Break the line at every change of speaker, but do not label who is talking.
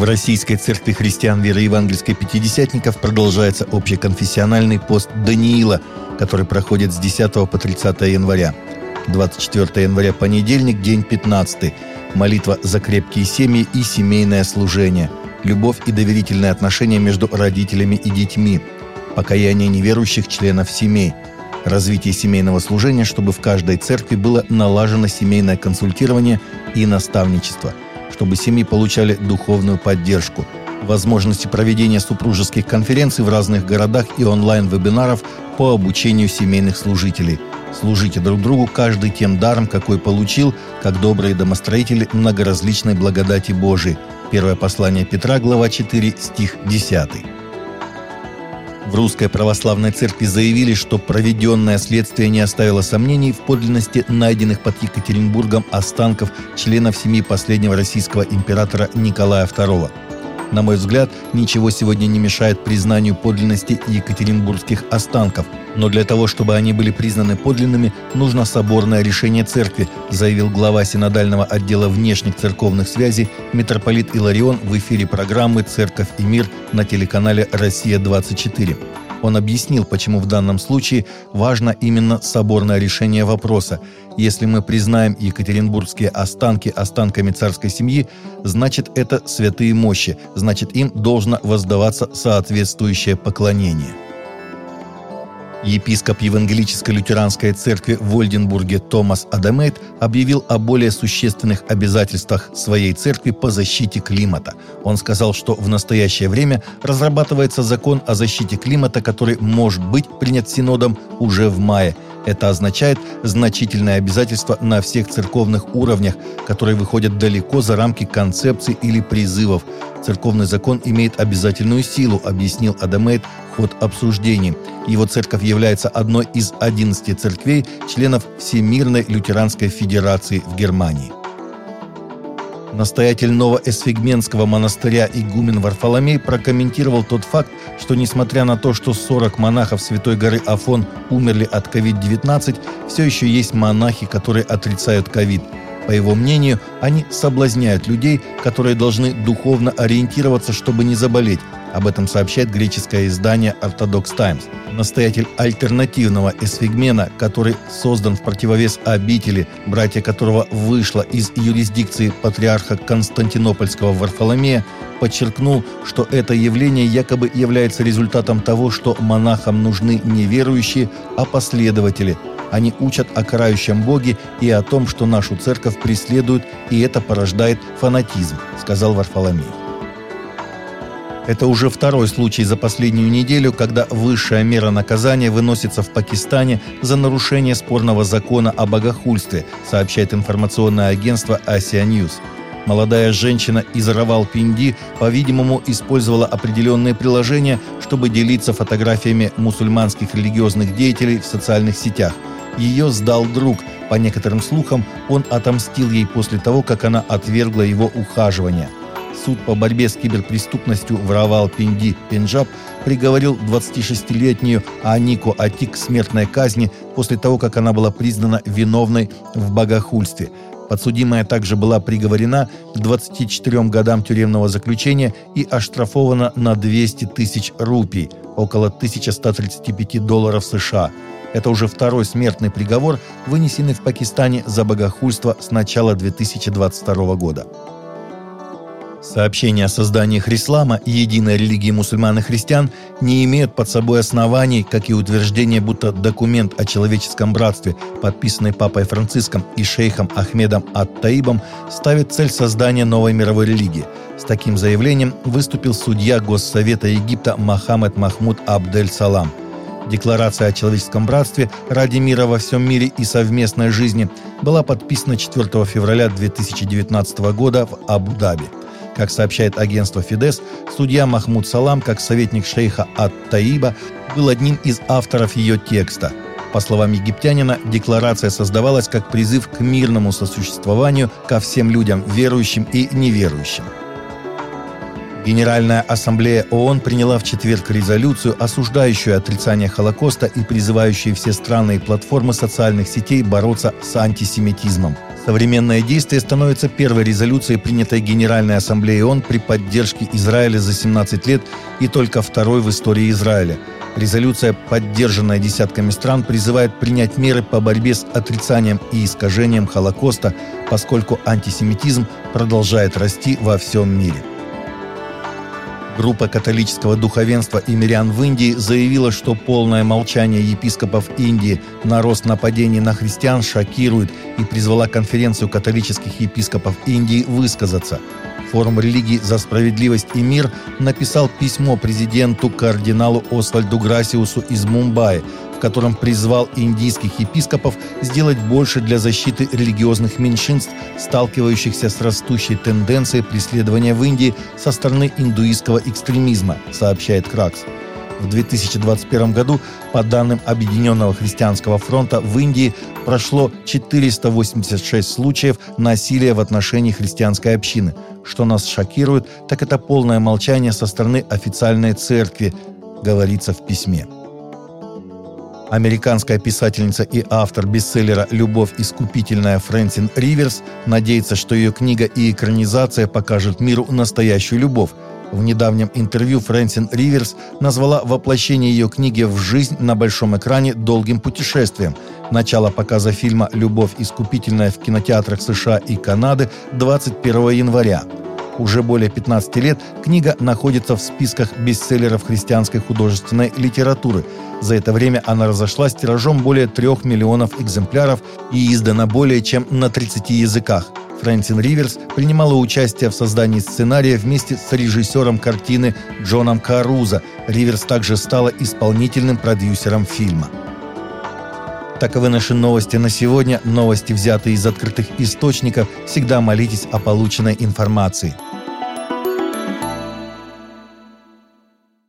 В Российской церкви христиан веры евангельской пятидесятников продолжается общеконфессиональный пост Даниила, который проходит с 10 по 30 января. 24 января понедельник, день 15. Молитва за крепкие семьи и семейное служение. Любовь и доверительные отношения между родителями и детьми. Покаяние неверующих членов семей. Развитие семейного служения, чтобы в каждой церкви было налажено семейное консультирование и наставничество, чтобы семьи получали духовную поддержку, возможности проведения супружеских конференций в разных городах и онлайн-вебинаров по обучению семейных служителей. Служите друг другу каждый тем даром, какой получил, как добрые домостроители многоразличной благодати Божией. Первое послание Петра, глава 4, стих 10. В Русской Православной Церкви заявили, что проведенное следствие не оставило сомнений в подлинности найденных под Екатеринбургом останков членов семьи последнего российского императора Николая II. На мой взгляд, ничего сегодня не мешает признанию подлинности екатеринбургских останков, но для того, чтобы они были признаны подлинными, нужно соборное решение церкви, заявил глава синодального отдела внешних церковных связей митрополит Иларион в эфире программы «Церковь и мир» на телеканале «Россия-24». Он объяснил, почему в данном случае важно именно соборное решение вопроса. Если мы признаем екатеринбургские останки останками царской семьи, значит, это святые мощи, значит, им должно воздаваться соответствующее поклонение. Епископ Евангелической лютеранской церкви в Ольденбурге Томас Адамейт объявил о более существенных обязательствах своей церкви по защите климата. Он сказал, что в настоящее время разрабатывается закон о защите климата, который может быть принят Синодом уже в мае. Это означает значительные обязательства на всех церковных уровнях, которые выходят далеко за рамки концепций или призывов. Церковный закон имеет обязательную силу, объяснил Адамейт в ход обсуждений. Его церковь является одной из 11 церквей, членов Всемирной лютеранской федерации в Германии. Настоятель Новоэсфигменского монастыря игумен Варфоломей прокомментировал тот факт, что несмотря на то, что 40 монахов Святой горы Афон умерли от COVID-19, все еще есть монахи, которые отрицают ковид. По его мнению, они соблазняют людей, которые должны духовно ориентироваться, чтобы не заболеть. Об этом сообщает греческое издание Orthodox Times. Настоятель альтернативного эсфигмена, который создан в противовес обители, братья которого вышло из юрисдикции патриарха Константинопольского Варфоломея, подчеркнул, что это явление якобы является результатом того, что монахам нужны не верующие, а последователи. Они учат о карающем Боге и о том, что нашу церковь преследуют, и это порождает фанатизм, сказал Варфоломей. Это уже второй случай за последнюю неделю, когда высшая мера наказания выносится в Пакистане за нарушение спорного закона о богохульстве, сообщает информационное агентство Asia News. Молодая женщина из Равалпинди, по-видимому, использовала определенные приложения, чтобы делиться фотографиями мусульманских религиозных деятелей в социальных сетях. Ее сдал друг. По некоторым слухам, он отомстил ей после того, как она отвергла его ухаживание. Суд по борьбе с киберпреступностью в Равалпинди, Пенджаб, приговорил 26-летнюю Анику Атик к смертной казни после того, как она была признана виновной в богохульстве. Подсудимая также была приговорена к 24 годам тюремного заключения и оштрафована на 200 тысяч рупий, около $1135 США. Это уже второй смертный приговор, вынесенный в Пакистане за богохульство с начала 2022 года. Сообщения о создании ислама и единой религии мусульман и христиан не имеют под собой оснований, как и утверждение, будто документ о человеческом братстве, подписанный Папой Франциском и шейхом Ахмедом ат-Таибом, ставит цель создания новой мировой религии. С таким заявлением выступил судья Госсовета Египта Мохаммед Махмуд Абдель-Салам. Декларация о человеческом братстве ради мира во всем мире и совместной жизни была подписана 4 февраля 2019 года в Абу-Даби. Как сообщает агентство Фидес, судья Махмуд Салам, как советник шейха ат-Таиба, был одним из авторов ее текста. По словам египтянина, декларация создавалась как призыв к мирному сосуществованию ко всем людям, верующим и неверующим. Генеральная ассамблея ООН приняла в четверг резолюцию, осуждающую отрицание Холокоста и призывающую все страны и платформы социальных сетей бороться с антисемитизмом. Современное действие становится первой резолюцией, принятой Генеральной ассамблеей ООН при поддержке Израиля за 17 лет и только второй в истории Израиля. Резолюция, поддержанная десятками стран, призывает принять меры по борьбе с отрицанием и искажением Холокоста, поскольку антисемитизм продолжает расти во всем мире. Группа католического духовенства и мирян в Индии заявила, что полное молчание епископов Индии на рост нападений на христиан шокирует, и призвала конференцию католических епископов Индии высказаться. Форум религий за справедливость и мир написал письмо президенту кардиналу Освальду Грасиусу из Мумбаи, в котором призвал индийских епископов сделать больше для защиты религиозных меньшинств, сталкивающихся с растущей тенденцией преследования в Индии со стороны индуистского экстремизма, сообщает Кракс. В 2021 году, по данным Объединенного христианского фронта, в Индии прошло 486 случаев насилия в отношении христианской общины. Что нас шокирует, так это полное молчание со стороны официальной церкви, говорится в письме. Американская писательница и автор бестселлера «Любовь искупительная» Фрэнсин Риверс надеется, что ее книга и экранизация покажут миру настоящую любовь. В недавнем интервью Фрэнсин Риверс назвала воплощение ее книги в жизнь на большом экране долгим путешествием. Начало показа фильма «Любовь искупительная» в кинотеатрах США и Канады 21 января. Уже более 15 лет книга находится в списках бестселлеров христианской художественной литературы. За это время она разошлась тиражом более 3 миллионов экземпляров и издана более чем на 30 языках. Фрэнсин Риверс принимала участие в создании сценария вместе с режиссером картины Джоном Карузо. Риверс также стала исполнительным продюсером фильма. Таковы наши новости на сегодня. Новости, взятые из открытых источников. Всегда молитесь о полученной информации.